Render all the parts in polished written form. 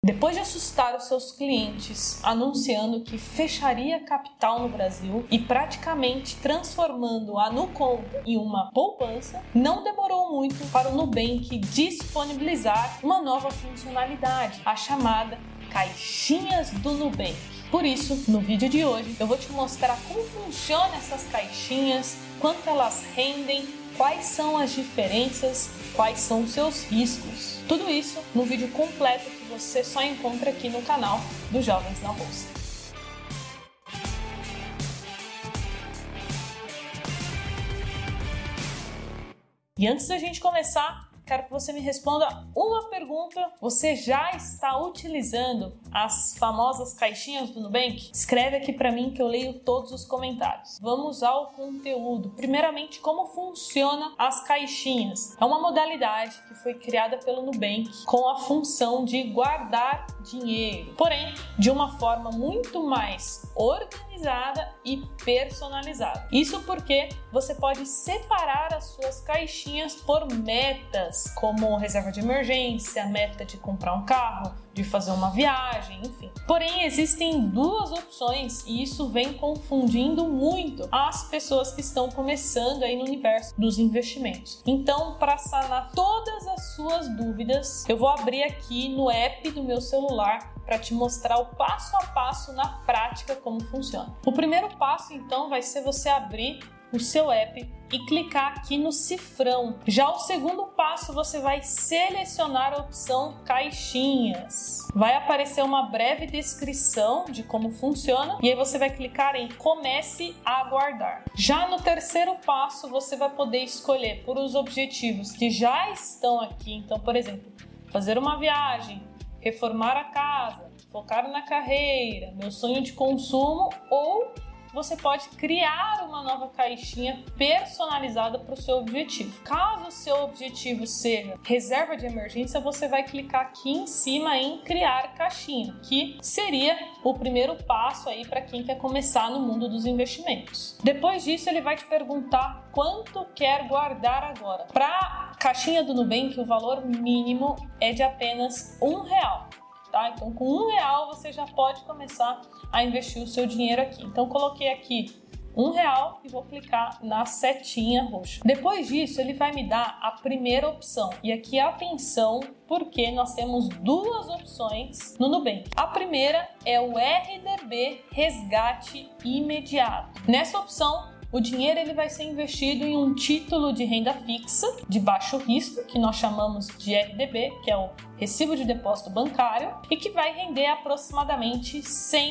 Depois de assustar os seus clientes, anunciando que fecharia capital no Brasil e praticamente transformando a Nucom em uma poupança, não demorou muito para o Nubank disponibilizar uma nova funcionalidade, a chamada Caixinhas do Nubank. Por isso, no vídeo de hoje, eu vou te mostrar como funcionam essas caixinhas, quanto elas rendem, quais são as diferenças, quais são os seus riscos. Tudo isso no vídeo completo que você só encontra aqui no canal do Jovens na Bolsa. E antes da gente começar, quero que você me responda uma pergunta. Você já está utilizando as famosas caixinhas do Nubank? Escreve aqui para mim que eu leio todos os comentários. Vamos ao conteúdo. Primeiramente, como funciona as caixinhas? É uma modalidade que foi criada pelo Nubank com a função de guardar dinheiro, porém de uma forma muito mais organizada e personalizada. Isso porque você pode separar as suas caixinhas por metas, como reserva de emergência, meta de comprar um carro, de fazer uma viagem, enfim. Porém, existem duas opções e isso vem confundindo muito as pessoas que estão começando aí no universo dos investimentos. Então, para sanar todas as suas dúvidas, eu vou abrir aqui no app do meu celular para te mostrar o passo a passo na prática como funciona. O primeiro passo, então, vai ser você abrir o seu app e clicar aqui no cifrão. Já o segundo passo, você vai selecionar a opção caixinhas. Vai aparecer uma breve descrição de como funciona e aí você vai clicar em comece a aguardar. Já no terceiro passo, você vai poder escolher por os objetivos que já estão aqui. Então, por exemplo, fazer uma viagem, reformar a casa, focar na carreira, meu sonho de consumo, ou você pode criar uma nova caixinha personalizada para o seu objetivo. Caso o seu objetivo seja reserva de emergência, você vai clicar aqui em cima em criar caixinha, que seria o primeiro passo aí para quem quer começar no mundo dos investimentos. Depois disso, ele vai te perguntar quanto quer guardar agora. Para a caixinha do Nubank, o valor mínimo é de apenas R$1. Tá? Então, com R$1 você já pode começar a investir o seu dinheiro aqui. Então, coloquei aqui R$1 e vou clicar na setinha roxa. Depois disso, ele vai me dar a primeira opção. E aqui, atenção, porque nós temos duas opções no Nubank. A primeira é o RDB Resgate Imediato. Nessa opção, o dinheiro ele vai ser investido em um título de renda fixa de baixo risco, que nós chamamos de RDB, que é o Recibo de Depósito Bancário, e que vai render aproximadamente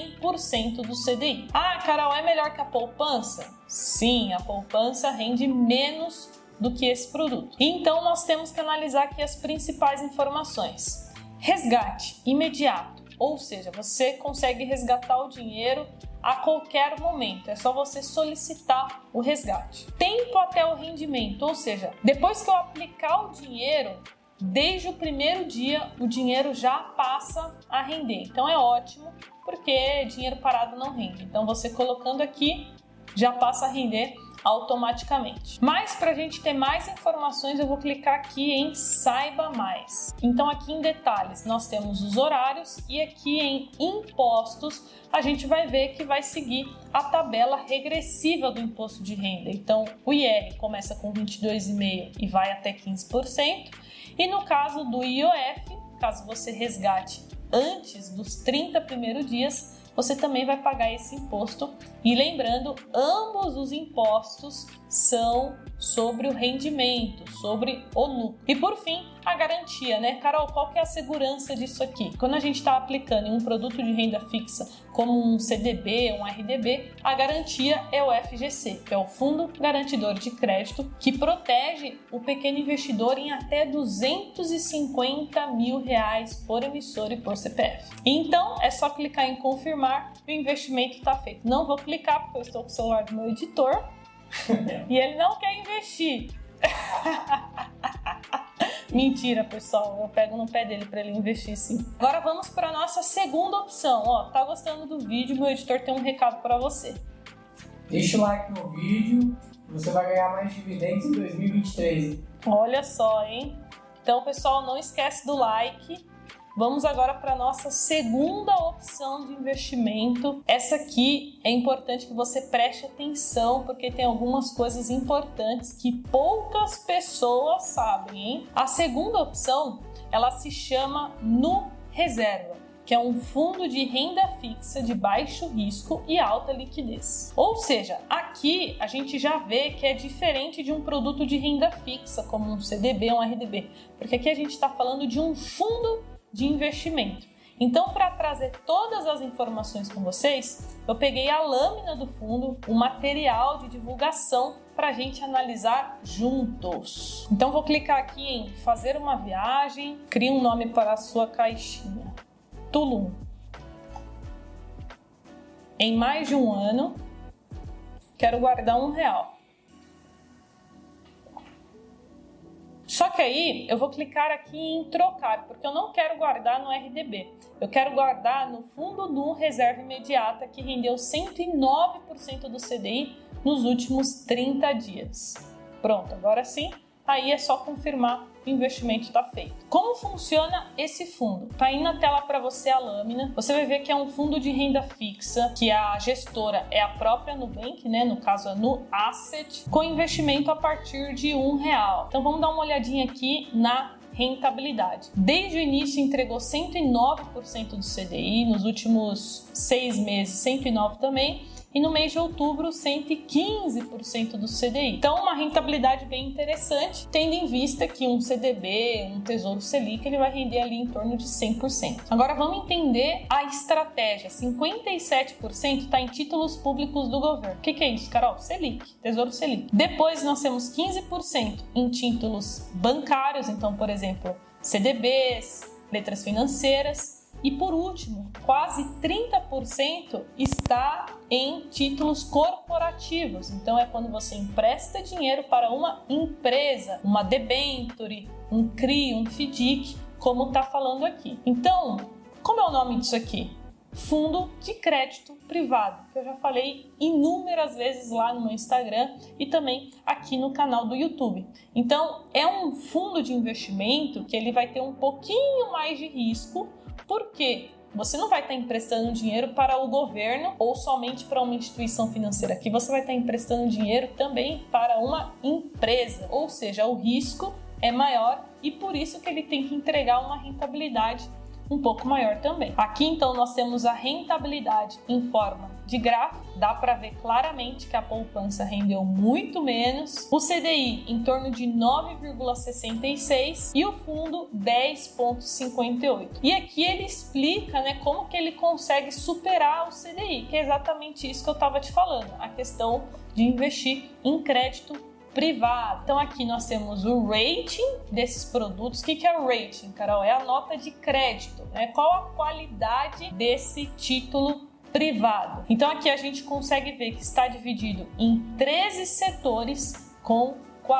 100% do CDI. Ah, Carol, é melhor que a poupança? Sim, a poupança rende menos do que esse produto. Então, nós temos que analisar aqui as principais informações. Resgate imediato, ou seja, você consegue resgatar o dinheiro a qualquer momento, é só você solicitar o resgate. Tempo até o rendimento, ou seja, depois que eu aplicar o dinheiro, desde o primeiro dia o dinheiro já passa a render. Então é ótimo, porque dinheiro parado não rende. Então você colocando aqui já passa a render automaticamente. Mas para a gente ter mais informações, eu vou clicar aqui em Saiba Mais. Então aqui em detalhes nós temos os horários e aqui em impostos a gente vai ver que vai seguir a tabela regressiva do imposto de renda. Então o IR começa com 22,5% e vai até 15%. E no caso do IOF, caso você resgate antes dos 30 primeiros dias, você também vai pagar esse imposto. E lembrando, ambos os impostos são sobre o rendimento, sobre o lucro. E por fim, a garantia, né? Carol, qual que é a segurança disso aqui? Quando a gente está aplicando em um produto de renda fixa, como um CDB, um RDB, a garantia é o FGC, que é o Fundo Garantidor de Crédito, que protege o pequeno investidor em até R$250 mil por emissor e por CPF. Então, é só clicar em confirmar e o investimento está feito. Não vou clicar porque eu estou com o celular do meu editor e ele não quer investir. Mentira, pessoal, eu pego no pé dele para ele investir sim. Agora vamos para a nossa segunda opção. Ó, tá gostando do vídeo? Meu editor tem um recado para você. Deixa o like no vídeo, você vai ganhar mais dividendos em 2023. Olha só, hein? Então, pessoal, não esquece do like. Vamos agora para a nossa segunda opção de investimento. Essa aqui é importante que você preste atenção, porque tem algumas coisas importantes que poucas pessoas sabem, hein? A segunda opção, ela se chama Nu Reserva, que é um fundo de renda fixa de baixo risco e alta liquidez. Ou seja, aqui a gente já vê que é diferente de um produto de renda fixa, como um CDB ou um RDB, porque aqui a gente está falando de um fundo de investimento. Então, para trazer todas as informações com vocês, eu peguei a lâmina do fundo, o material de divulgação para a gente analisar juntos. Então, vou clicar aqui em fazer uma viagem, crie um nome para a sua caixinha. Tulum. Em mais de um ano, quero guardar R$1. Só que aí eu vou clicar aqui em trocar, porque eu não quero guardar no RDB. Eu quero guardar no fundo Nu Reserva Imediata, que rendeu 109% do CDI nos últimos 30 dias. Pronto, agora sim, aí é só confirmar o investimento está feito. Como funciona esse fundo? Tá aí na tela para você a lâmina. Você vai ver que é um fundo de renda fixa, que a gestora é a própria Nubank, né? No caso a Nu Asset, com investimento a partir de R$1. Então vamos dar uma olhadinha aqui na rentabilidade. Desde o início entregou 109% do CDI, nos últimos 6 meses 109% também, e no mês de outubro 115% do CDI. Então uma rentabilidade bem interessante, tendo em vista que um CDB, um Tesouro Selic, ele vai render ali em torno de 100%. Agora vamos entender a estratégia. 57% está em títulos públicos do governo. O que é isso, Carol? Selic, Tesouro Selic. Depois nós temos 15% em títulos bancários, então por exemplo, CDBs, letras financeiras. E por último, quase 30% está em títulos corporativos. Então é quando você empresta dinheiro para uma empresa, uma debenture, um CRI, um FDIC, como está falando aqui. Então, como é o nome disso aqui? Fundo de crédito privado, que eu já falei inúmeras vezes lá no meu Instagram e também aqui no canal do YouTube. Então, é um fundo de investimento que ele vai ter um pouquinho mais de risco. Por quê? Você não vai estar emprestando dinheiro para o governo ou somente para uma instituição financeira. Aqui você vai estar emprestando dinheiro também para uma empresa. Ou seja, o risco é maior e por isso que ele tem que entregar uma rentabilidade um pouco maior também. Aqui então nós temos a rentabilidade em forma de gráfico, dá para ver claramente que a poupança rendeu muito menos, o CDI em torno de 9,66 e o fundo 10,58. E aqui ele explica, né, como que ele consegue superar o CDI, que é exatamente isso que eu estava te falando, a questão de investir em crédito privado. Então aqui nós temos o rating desses produtos. O que é o rating, Carol? É a nota de crédito, né? Qual a qualidade desse título privado? Então aqui a gente consegue ver que está dividido em 13 setores com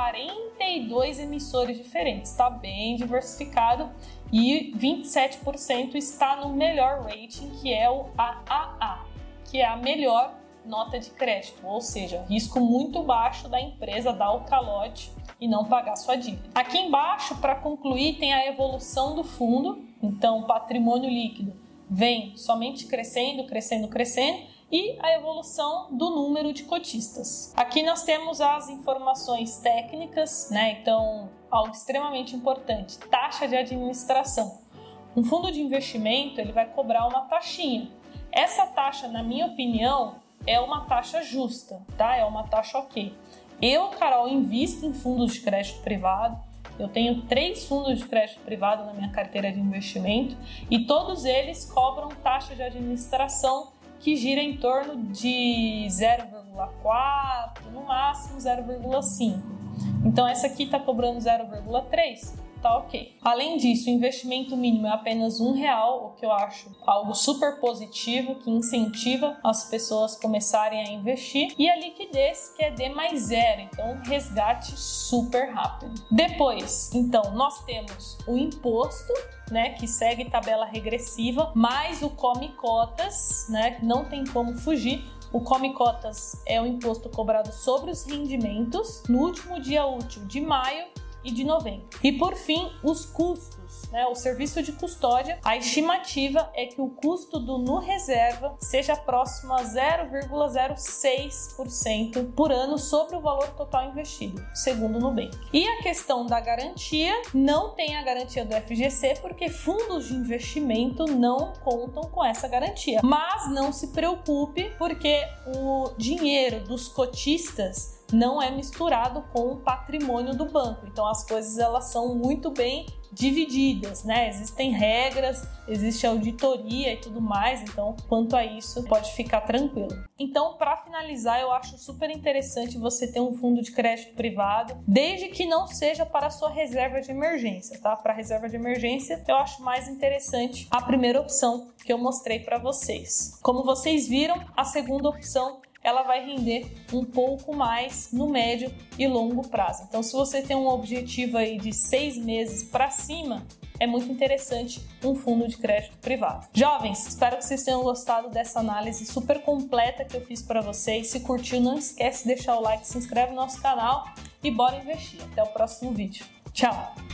42 emissores diferentes. Está bem diversificado e 27% está no melhor rating, que é o AAA, que é a melhor nota de crédito, ou seja, risco muito baixo da empresa dar o calote e não pagar sua dívida. Aqui embaixo, para concluir, tem a evolução do fundo. Então, o patrimônio líquido vem somente crescendo, crescendo, crescendo, e a evolução do número de cotistas. Aqui nós temos as informações técnicas, né? Então, algo extremamente importante, taxa de administração. Um fundo de investimento, ele vai cobrar uma taxinha. Essa taxa, na minha opinião, é uma taxa justa, tá? É uma taxa ok. Eu, Carol, invisto em fundos de crédito privado. Eu tenho 3 fundos de crédito privado na minha carteira de investimento e todos eles cobram taxa de administração que gira em torno de 0,4, no máximo 0,5. Então essa aqui está cobrando 0,3. Tá ok. Além disso, o investimento mínimo é apenas R$1, o que eu acho algo super positivo, que incentiva as pessoas a começarem a investir. E a liquidez, que é D+0, então resgate super rápido. Depois, então, nós temos o imposto, né, que segue tabela regressiva, mais o Come Cotas, né, que não tem como fugir. O Come Cotas é o imposto cobrado sobre os rendimentos no último dia útil de maio e de novembro. E por fim, os custos, o serviço de custódia. A estimativa é que o custo do Nu Reserva seja próximo a 0,06% por ano sobre o valor total investido, segundo o Nubank. E a questão da garantia, não tem a garantia do FGC porque fundos de investimento não contam com essa garantia. Mas não se preocupe, porque o dinheiro dos cotistas não é misturado com o patrimônio do banco. Então as coisas elas são muito bem divididas, Existem regras, existe auditoria e tudo mais, então quanto a isso pode ficar tranquilo. Então, para finalizar, eu acho super interessante você ter um fundo de crédito privado, desde que não seja para a sua reserva de emergência, tá? Para reserva de emergência, eu acho mais interessante a primeira opção que eu mostrei para vocês. Como vocês viram, a segunda opção ela vai render um pouco mais no médio e longo prazo. Então, se você tem um objetivo aí de 6 meses para cima, é muito interessante um fundo de crédito privado. Jovens, espero que vocês tenham gostado dessa análise super completa que eu fiz para vocês. Se curtiu, não esquece de deixar o like, se inscreve no nosso canal e bora investir. Até o próximo vídeo. Tchau!